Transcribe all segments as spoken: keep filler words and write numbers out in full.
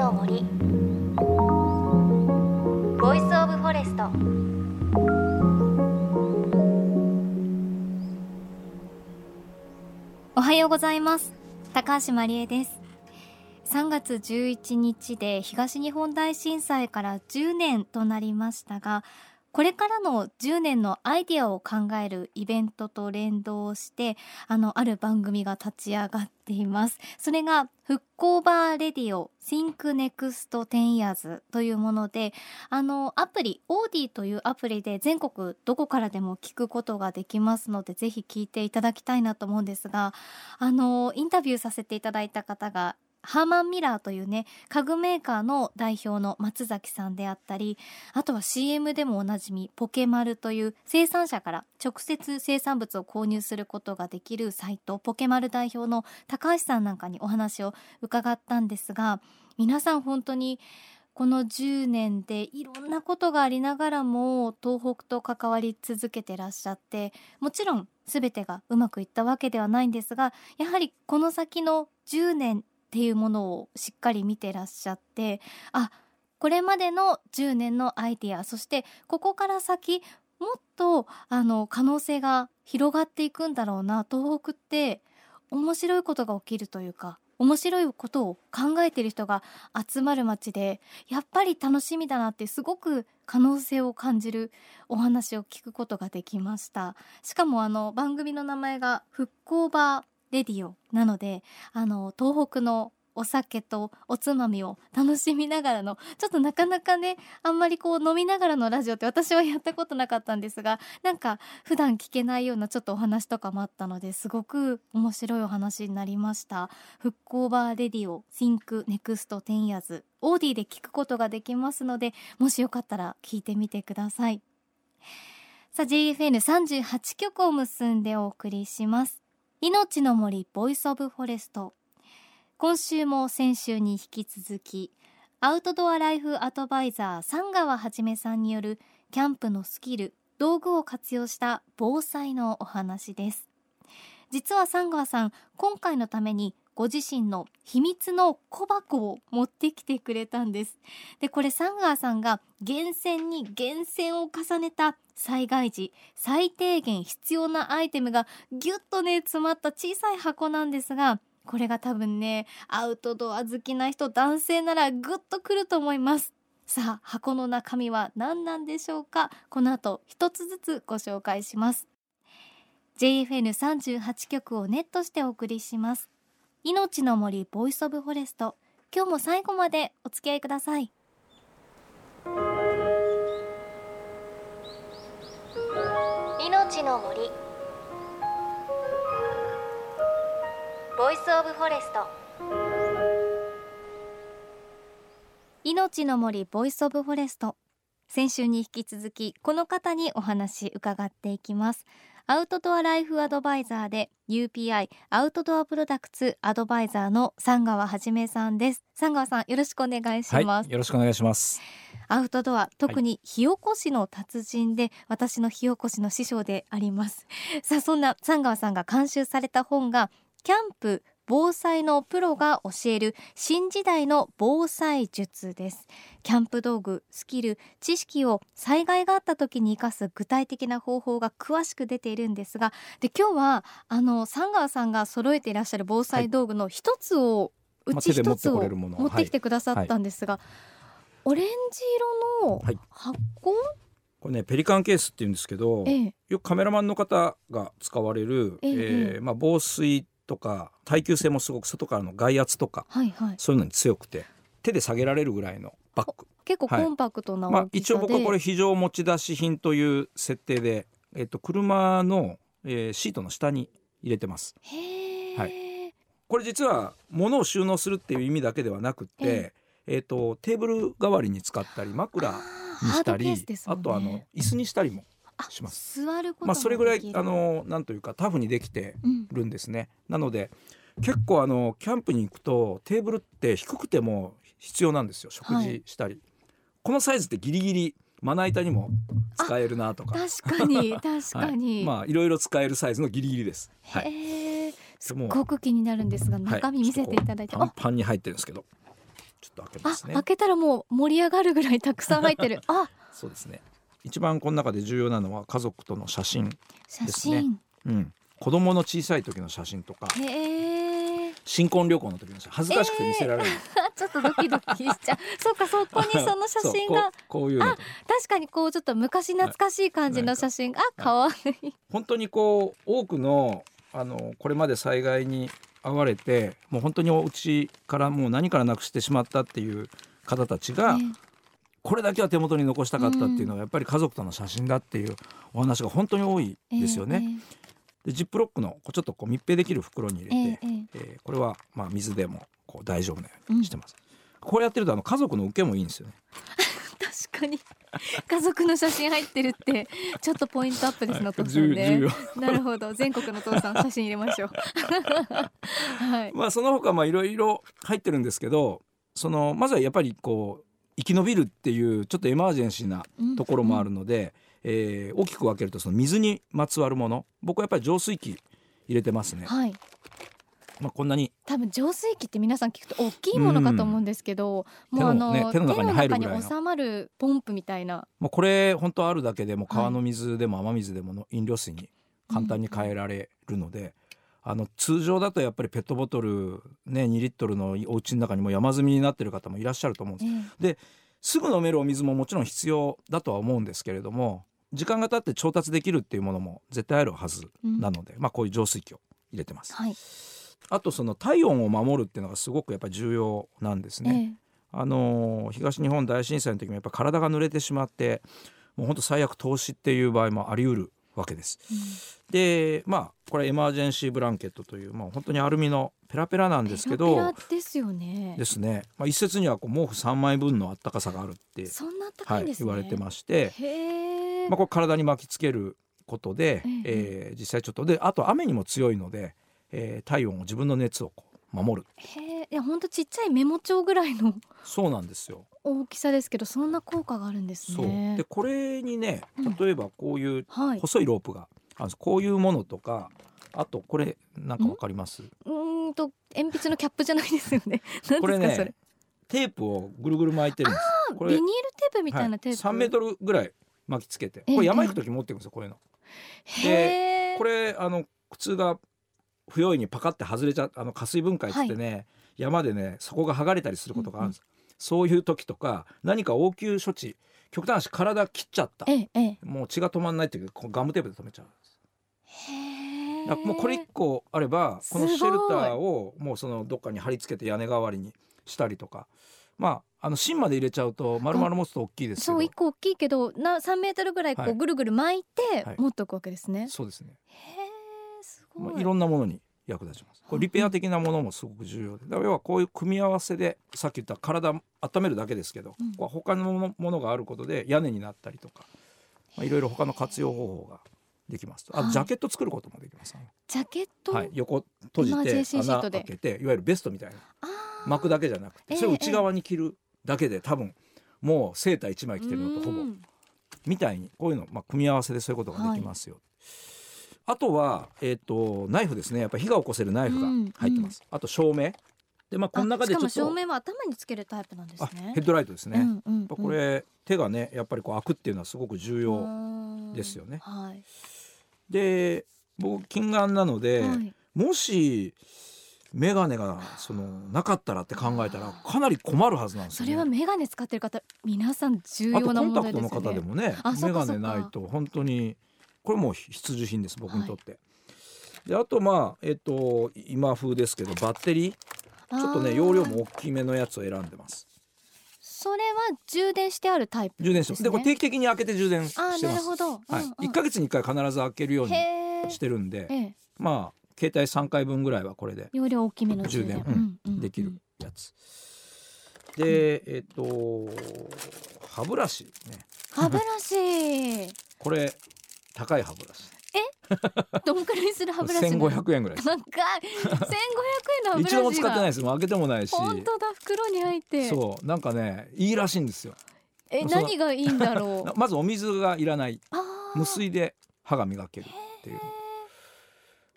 の森ボイスオブフォレスト。おはようございます。高橋真理恵です。さんがつじゅういちにちで東日本大震災からじゅうねんとなりましたが、これからのじゅうねんのアイディアを考えるイベントと連動してあのある番組が立ち上がっています。それが復興バーレディオ Think Next テン Years というもので、あのアプリオーディというアプリで全国どこからでも聞くことができますので、ぜひ聞いていただきたいなと思うんですが、あのインタビューさせていただいた方がハーマンミラーというね家具メーカーの代表の松崎さんであったり、あとは シーエム でもおなじみポケマルという生産者から直接生産物を購入することができるサイトポケマル代表の高橋さんなんかにお話を伺ったんですが、皆さん本当にこのじゅうねんでいろんなことがありながらも東北と関わり続けてらっしゃって、もちろん全てがうまくいったわけではないんですが、やはりこの先のじゅうねんっていうものをしっかり見てらっしゃって、あ、これまでのじゅうねんのアイディア、そしてここから先もっとあの可能性が広がっていくんだろうな、東北って面白いことが起きるというか面白いことを考えている人が集まる街で、やっぱり楽しみだなってすごく可能性を感じるお話を聞くことができました。しかもあの番組の名前が復興バーレディオなので、あの東北のお酒とおつまみを楽しみながらの、ちょっとなかなかねあんまりこう飲みながらのラジオって私はやったことなかったんですが、なんか普段聞けないようなちょっとお話とかもあったので、すごく面白いお話になりました。復興バーレディオ Think Next テン Years オーディで聞くことができますので、もしよかったら聞いてみてください。さあ ジェイエフエヌさんじゅうはち 曲を結んでお送りします。命の森ボイスオブフォレスト。今週も先週に引き続きアウトドアライフアドバイザー三川はじめさんによるキャンプのスキル道具を活用した防災のお話です。実は三川さん、今回のためにご自身の秘密の小箱を持ってきてくれたんです。でこれ三川さんが厳選に厳選を重ねた災害時最低限必要なアイテムがギュッとね詰まった小さい箱なんですが、これが多分ねアウトドア好きな人男性ならグッとくると思います。さあ箱の中身は何なんでしょうか。この後一つずつご紹介します。 ジェイエフエヌさんじゅうはち 曲をネットしてお送りします。命の森ボイスオブフォレスト。今日も最後までお付き合いください。命の森ボイスオブフォレスト。命の森ボイスオブフォレスト。先週に引き続きこの方にお話伺っていきます。アウトドアライフアドバイザーで ユーピーアイ アウトドアプロダクツアドバイザーの三川はじめさんです。三川さん、よろしくお願いします。 はい、よろしくお願いします。 アウトドア、特に火起こしの達人で、はい、私の火起こしの師匠であります。さあそんな三川さんが監修された本がキャンプ防災のプロが教える新時代の防災術です。キャンプ道具、スキル、知識を災害があった時に生かす具体的な方法が詳しく出ているんですが、で今日はあの三川さんが揃えていらっしゃる防災道具の一つを、はい、うち一つを持ってきてくださったんですが、はいはい、オレンジ色の箱、はい、 これねペリカンケースっていうんですけど、ええ、よくカメラマンの方が使われる、えええーまあ、防水とか耐久性もすごく外からの外圧とか、はいはい、そういうのに強くて手で下げられるぐらいのバッグ、 結構コンパクトな大きさで、はい、まあ、 一応僕はこれ非常持ち出し品という設定で、えっと、車の、えー、シートの下に入れてます。 へー、 はい、これ実は物を収納するっていう意味だけではなくて、えーえー、とテーブル代わりに使ったり枕にしたり あ,、ね、あとあの椅子にしたりもします。 座ることもできる、 まあ、それぐらいあのなんというかタフにできてるんですね、うん、なので結構あのキャンプに行くとテーブルって低くても必要なんですよ、食事したり、はい、このサイズってギリギリまな板にも使えるなとか、 確かに確かに、 はい、まあいろいろ使えるサイズのギリギリです、はい、 すごく気になるんですが、中身見せていただいて、 はい、パンパンに入ってるんですけど、 ちょっと開けますね。 あ、開けたらもう盛り上がるぐらいたくさん入ってる。あ、 そうですね。一番この中で重要なのは家族との写真ですね。 写真、 うん、子供の小さい時の写真とか、 へえ、 新婚旅行の時の写真、恥ずかしくて見せられない、 ちょっとドキドキしちゃう。そうか、そこにその写真がそうこう、こういうのとか確かにこうちょっと昔懐かしい感じの写真が、あ、かわいい。 本当にこう多くのあのこれまで災害に遭われて、もう本当にお家からもう何からなくしてしまったっていう方たちが、 ね、 これだけは手元に残したかったっていうのがやっぱり家族との写真だっていうお話が本当に多いですよね。 えー、 でジップロックのちょっとこう密閉できる袋に入れて、 えーえーえーこれはまあ水でもこう大丈夫なようにしてます、うん、これやってるとあの家族の受けもいいんですよね。 確かに家族の写真入ってるってちょっとポイントアップですね、お父さん重ね。 要なるほど、全国のお父さん写真入れましょう。はい、 まあその他まあいろいろ入ってるんですけど、そのまずはやっぱりこう生き延びるっていうちょっとエマージェンシーなところもあるので、うんうん、えー、大きく分けるとその水にまつわるもの、僕はやっぱり浄水器入れてますね。 はい、 まあ、こんなに多分浄水器って皆さん聞くと大きいものかと思うんですけど、 うん、 もうあの、 ね、手の中に入るぐらいの、 手の中に収まるポンプみたいな、 もうこれ本当あるだけでも川の水でも雨水でもの飲料水に簡単に変えられるので、うん、あの通常だとやっぱりペットボトル、ね、にリットルのお家の中にも山積みになってる方もいらっしゃると思うんです、ええ、ですぐ飲めるお水ももちろん必要だとは思うんですけれども、時間が経って調達できるっていうものも絶対あるはずなので、うん、まあ、こういう浄水器を入れてます、はい、あとその体温を守るっていうのがすごくやっぱり重要なんですね、ええ、あの東日本大震災の時もやっぱり体が濡れてしまってもう本当最悪凍死っていう場合もあり得るわけです、うん、でまあこれエマージェンシーブランケットという、まあ、本当にアルミのペラペラなんですけど、 ペラペラですよね。 ですね、まあ、一説にはこう毛布さんまいぶんのあったかさがあるって、 そんなあったかいんですね、 はい、言われてまして、 へー、 まあ、これ体に巻きつけることで、えーえー、実際ちょっとで、あと雨にも強いので、えー、体温を自分の熱をこう守る。 へー、いや本当ちっちゃいメモ帳ぐらいのそうなんですよ、 大きさですけど、そんな効果があるんですね。 そうで、これにね、例えばこういう細いロープがあるんです、うん、はい、こういうものとか、あとこれなんかわかります？ うーんと鉛筆のキャップじゃないですよね。何ですかこれね、 それテープをぐるぐる巻いてるんです。 あ、これビニールテープみたいなテープ、はい、 さんメートルぐらい巻きつけて、これ山行く時持ってるんですよ、こういうの。でこれあの靴が不用意にパカって外れちゃう、あの加水分解ってね、はい、山でね底が剥がれたりすることがあるんです、うんうん、そういう時とか何か応急処置、極端な話体切っちゃった、ええ、もう血が止まんないっていうガムテープで止めちゃうんです。へー、もうこれいっこあればこのシェルターをもうそのどっかに貼り付けて屋根代わりにしたりとか、まああの芯まで入れちゃうと丸々持つと大きいですけど、 そういっこ大きいけどなさんメートルぐらいこうぐるぐる巻いて持っておくわけですね、はいはい、 そうですね。 へー、すごい、 まあ、いろんなものに役立ちます。これリペア的なものもすごく重要で、だから要はこういう組み合わせでさっき言った体温めるだけですけど、うん、他のものがあることで屋根になったりとか、まあ、いろいろ他の活用方法ができます。あとジャケット作ることもできます、はい、 ジャケット、 はい、横閉じて穴開けて、いわゆるベストみたいな巻くだけじゃなくて、それを内側に着るだけで多分もうセーターいちまい着てるのとほぼみたいに、こういうの、まあ、組み合わせでそういうことができますよ、はい、あとは、えー、とナイフですね。やっぱり火が起こせるナイフが入ってます、うんうん、あと照明で、まあ、この中でちょっとしかも照明は頭につけるタイプなんですね。 ヘッドライトですね、うんうんうん、これ手がねやっぱりこう開くっていうのはすごく重要ですよね、はい、で僕近眼なので、はい、もしメガネがそのなかったらって考えたらかなり困るはずなんですよね。 それはメガネ使ってる方皆さん重要な問題ですよね。 あとコンタクトの方でもね、メガネないと本当にこれもう必需品です、僕にとって、はい、であとまあえっと今風ですけどバッテリーちょっとね容量も大きめのやつを選んでます。 それは充電してあるタイプですね。 充電してます。でこれ定期的に開けて充電してます。 あ、なるほど、うんうん、 はい、いっかげつにいっかい必ず開けるようにしてるんで、ええ、まあ携帯さんかいぶんぐらいはこれで容量大きめの充電、うんうん、できるやつで、うん、えっと歯ブラシね。 歯ブラシこれ高い歯ブラシ。 えどんくらいする歯ブラシ？ せんごひゃくえんぐらいです。 高いせんごひゃくえんの歯ブラシが一度も使ってないです。もう開けてもないし。 本当だ、袋に入って。 そうなんかねいいらしいんですよ。 え何がいいんだろう。 まずお水がいらない、無水で歯が磨けるっていう。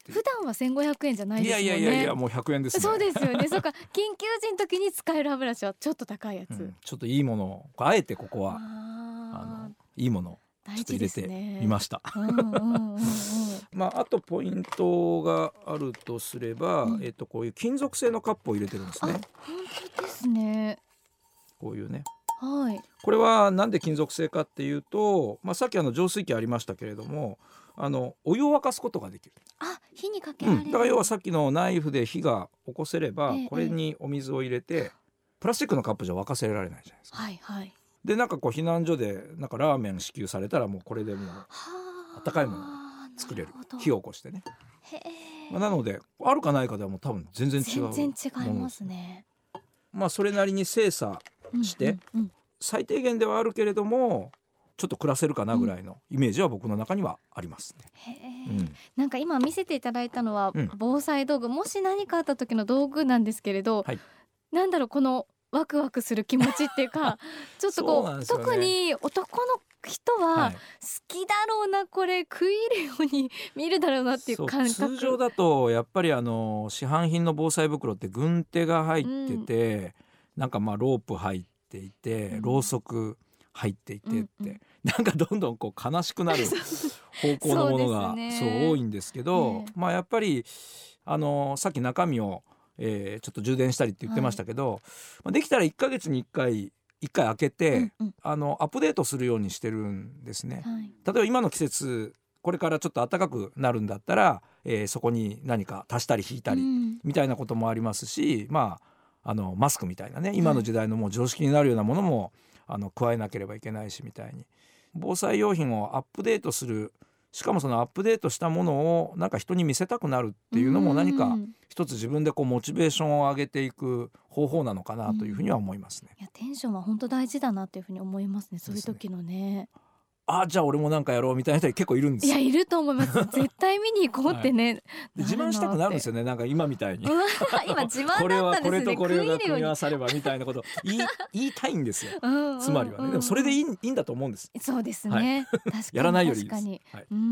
っていう。 普段はせんごひゃくえんじゃないですもんね。 いやいやいやいやもうひゃくえんですね。 そうですよね。そうか、緊急時の時に使える歯ブラシはちょっと高いやつ、 うん、ちょっといいものをあえてここはああのいいものをちょっと入れてみました。まああとポイントがあるとすれば、うん、えっとこういう金属製のカップを入れてるんですね。 本当ですね。 こういうね。 はい。 これはなんで金属製かっていうと、まあ、さっきあの浄水器ありましたけれども、あのお湯を沸かすことができる。 あ、火にかけられる、 うん、だから要はさっきのナイフで火が起こせれば、ええ、これにお水を入れて、プラスチックのカップじゃ沸かせられないじゃないですか。 はいはい。 でなんかこう避難所でなんかラーメン支給されたらもうこれでもう温かいものを作れる、火を起こしてね。へー、まあ、なのであるかないかではもう多分全然違う。 全然違いますね。 まあそれなりに精査して、うんうんうん、最低限ではあるけれどもちょっと暮らせるかなぐらいのイメージは僕の中にはありますね。 へー、うん、なんか今見せていただいたのは防災道具、うん、もし何かあった時の道具なんですけれど、はい、なんだろう、このワクワクする気持ちっていうかちょっとこう、ね、特に男の人は好きだろうな、はい、これ食い入るように見るだろうなっていう感覚。 通常だとやっぱりあの市販品の防災袋って軍手が入ってて、うん、なんかまあロープ入っていて、うん、ろうそく入っていてって、うんうん、なんかどんどんこう悲しくなる方向のものがそう、ね、そう多いんですけど、えー、まあやっぱりあのさっき中身を、えー、ちょっと充電したりって言ってましたけど、はい、まあ、できたらいっかげつにいっかいいっかい開けて、うんうん、あのアップデートするようにしてるんですね。はい、例えば今の季節これからちょっと暖かくなるんだったら、えー、そこに何か足したり引いたり、うん、みたいなこともありますし、まあ、あのマスクみたいなね今の時代のもう常識になるようなものも、はい、あの加えなければいけないしみたいに防災用品をアップデートする、しかもそのアップデートしたものをなんか人に見せたくなるっていうのも何か一つ自分でこうモチベーションを上げていく方法なのかなというふうには思いますね。 いやテンションは本当大事だなというふうに思いますね。そういう時のね、 あ、じゃあ俺もなんかやろうみたいな人結構いるんですよ。 いやいると思います絶対見に行こうってね、はい、 自慢したくなるんですよね。なんか今みたいに今自慢だったんですね。これはこれとこれが組み合わさればみたいなこと言い、言いたいんですようんうん、つまりはね。でもそれでいい、いいんだと思うんです。 そうですね、はい、確かにやらないよりいいです。 確かに、 はい、 うん、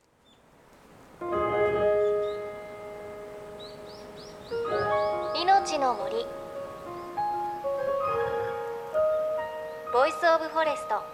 命の森ボイスオブフォレスト。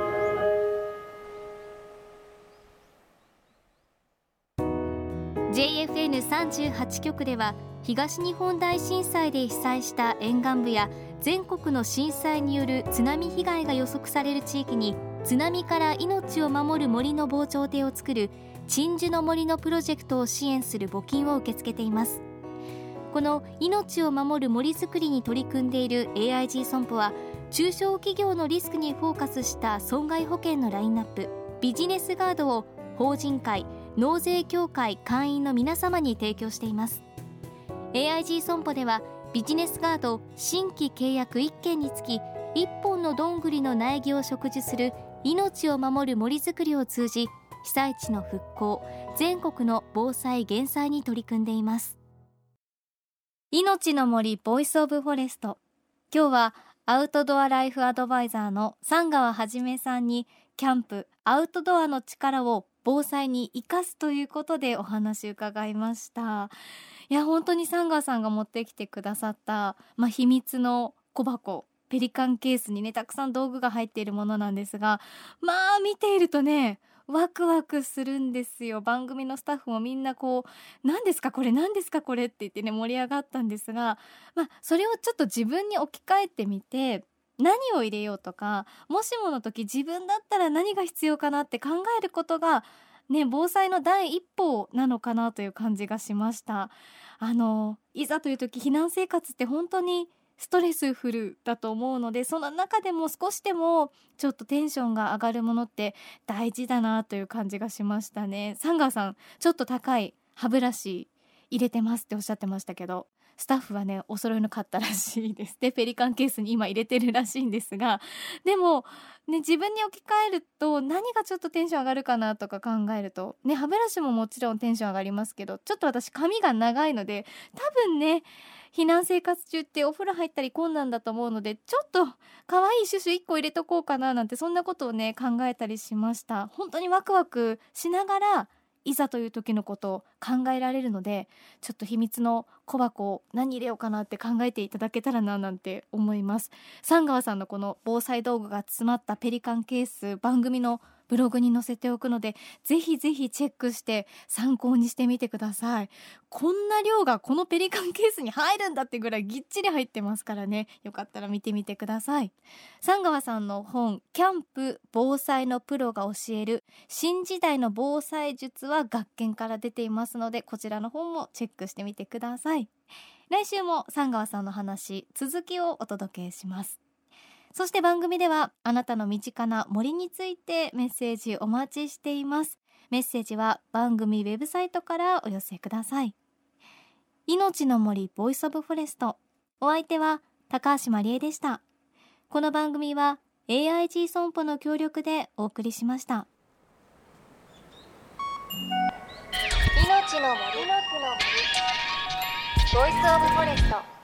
ジェイエフエヌさんじゅうはち 局では東日本大震災で被災した沿岸部や全国の震災による津波被害が予測される地域に津波から命を守る森の防潮堤を作る鎮守の森のプロジェクトを支援する募金を受け付けています。この命を守る森づくりに取り組んでいる エーアイジー 損保は中小企業のリスクにフォーカスした損害保険のラインナップビジネスガードを法人会納税協会会員の皆様に提供しています。 エーアイジー 損保ではビジネスガード新規契約いっけんにつきいっぽんのどんぐりの苗木を植樹する命を守る森づくりを通じ被災地の復興、全国の防災減災に取り組んでいます。命の森ボイスオブフォレスト、今日はアウトドアライフアドバイザーの三川はじめさんにキャンプアウトドアの力を防災に生かすということでお話伺いました。いや本当に三川さんが持ってきてくださった、まあ、秘密の小箱ペリカンケースにねたくさん道具が入っているものなんですが、まあ見ているとねワクワクするんですよ。番組のスタッフもみんなこう何ですかこれ何ですかこれって言ってね盛り上がったんですが、まあそれをちょっと自分に置き換えてみて何を入れようとか、もしもの時自分だったら何が必要かなって考えることがね防災の第一歩なのかなという感じがしました。あのいざという時避難生活って本当にストレスフルだと思うので、その中でも少しでもちょっとテンションが上がるものって大事だなという感じがしましたね。サンガーさんちょっと高い歯ブラシ入れてますっておっしゃってましたけど、スタッフはねお揃いの買ったらしいです。でペリカンケースに今入れてるらしいんですが、でもね自分に置き換えると何がちょっとテンション上がるかなとか考えるとね、歯ブラシももちろんテンション上がりますけど、ちょっと私髪が長いので多分ね避難生活中ってお風呂入ったり困難だと思うので、ちょっと可愛いシュシュいっこ入れとこうかななんてそんなことをね考えたりしました。本当にワクワクしながらいざという時のことを考えられるので、ちょっと秘密の小箱を何入れようかなって考えていただけたらななんて思います。三川さんのこの防災道具が詰まったペリカンケース、番組のブログに載せておくので、ぜひぜひチェックして参考にしてみてください。こんな量がこのペリカンケースに入るんだってぐらいぎっちり入ってますからね、よかったら見てみてください。三川さんの本、キャンプ防災のプロが教える新時代の防災術は学研から出ていますので、こちらの本もチェックしてみてください。来週も三川さんの話、続きをお届けします。そして番組ではあなたの身近な森についてメッセージお待ちしています。メッセージは番組ウェブサイトからお寄せください。命の森ボイスオブフォレスト、お相手は高橋まりえでした。この番組は エーアイジー 損保の協力でお送りしました。 命の森ボイスオブフォレスト。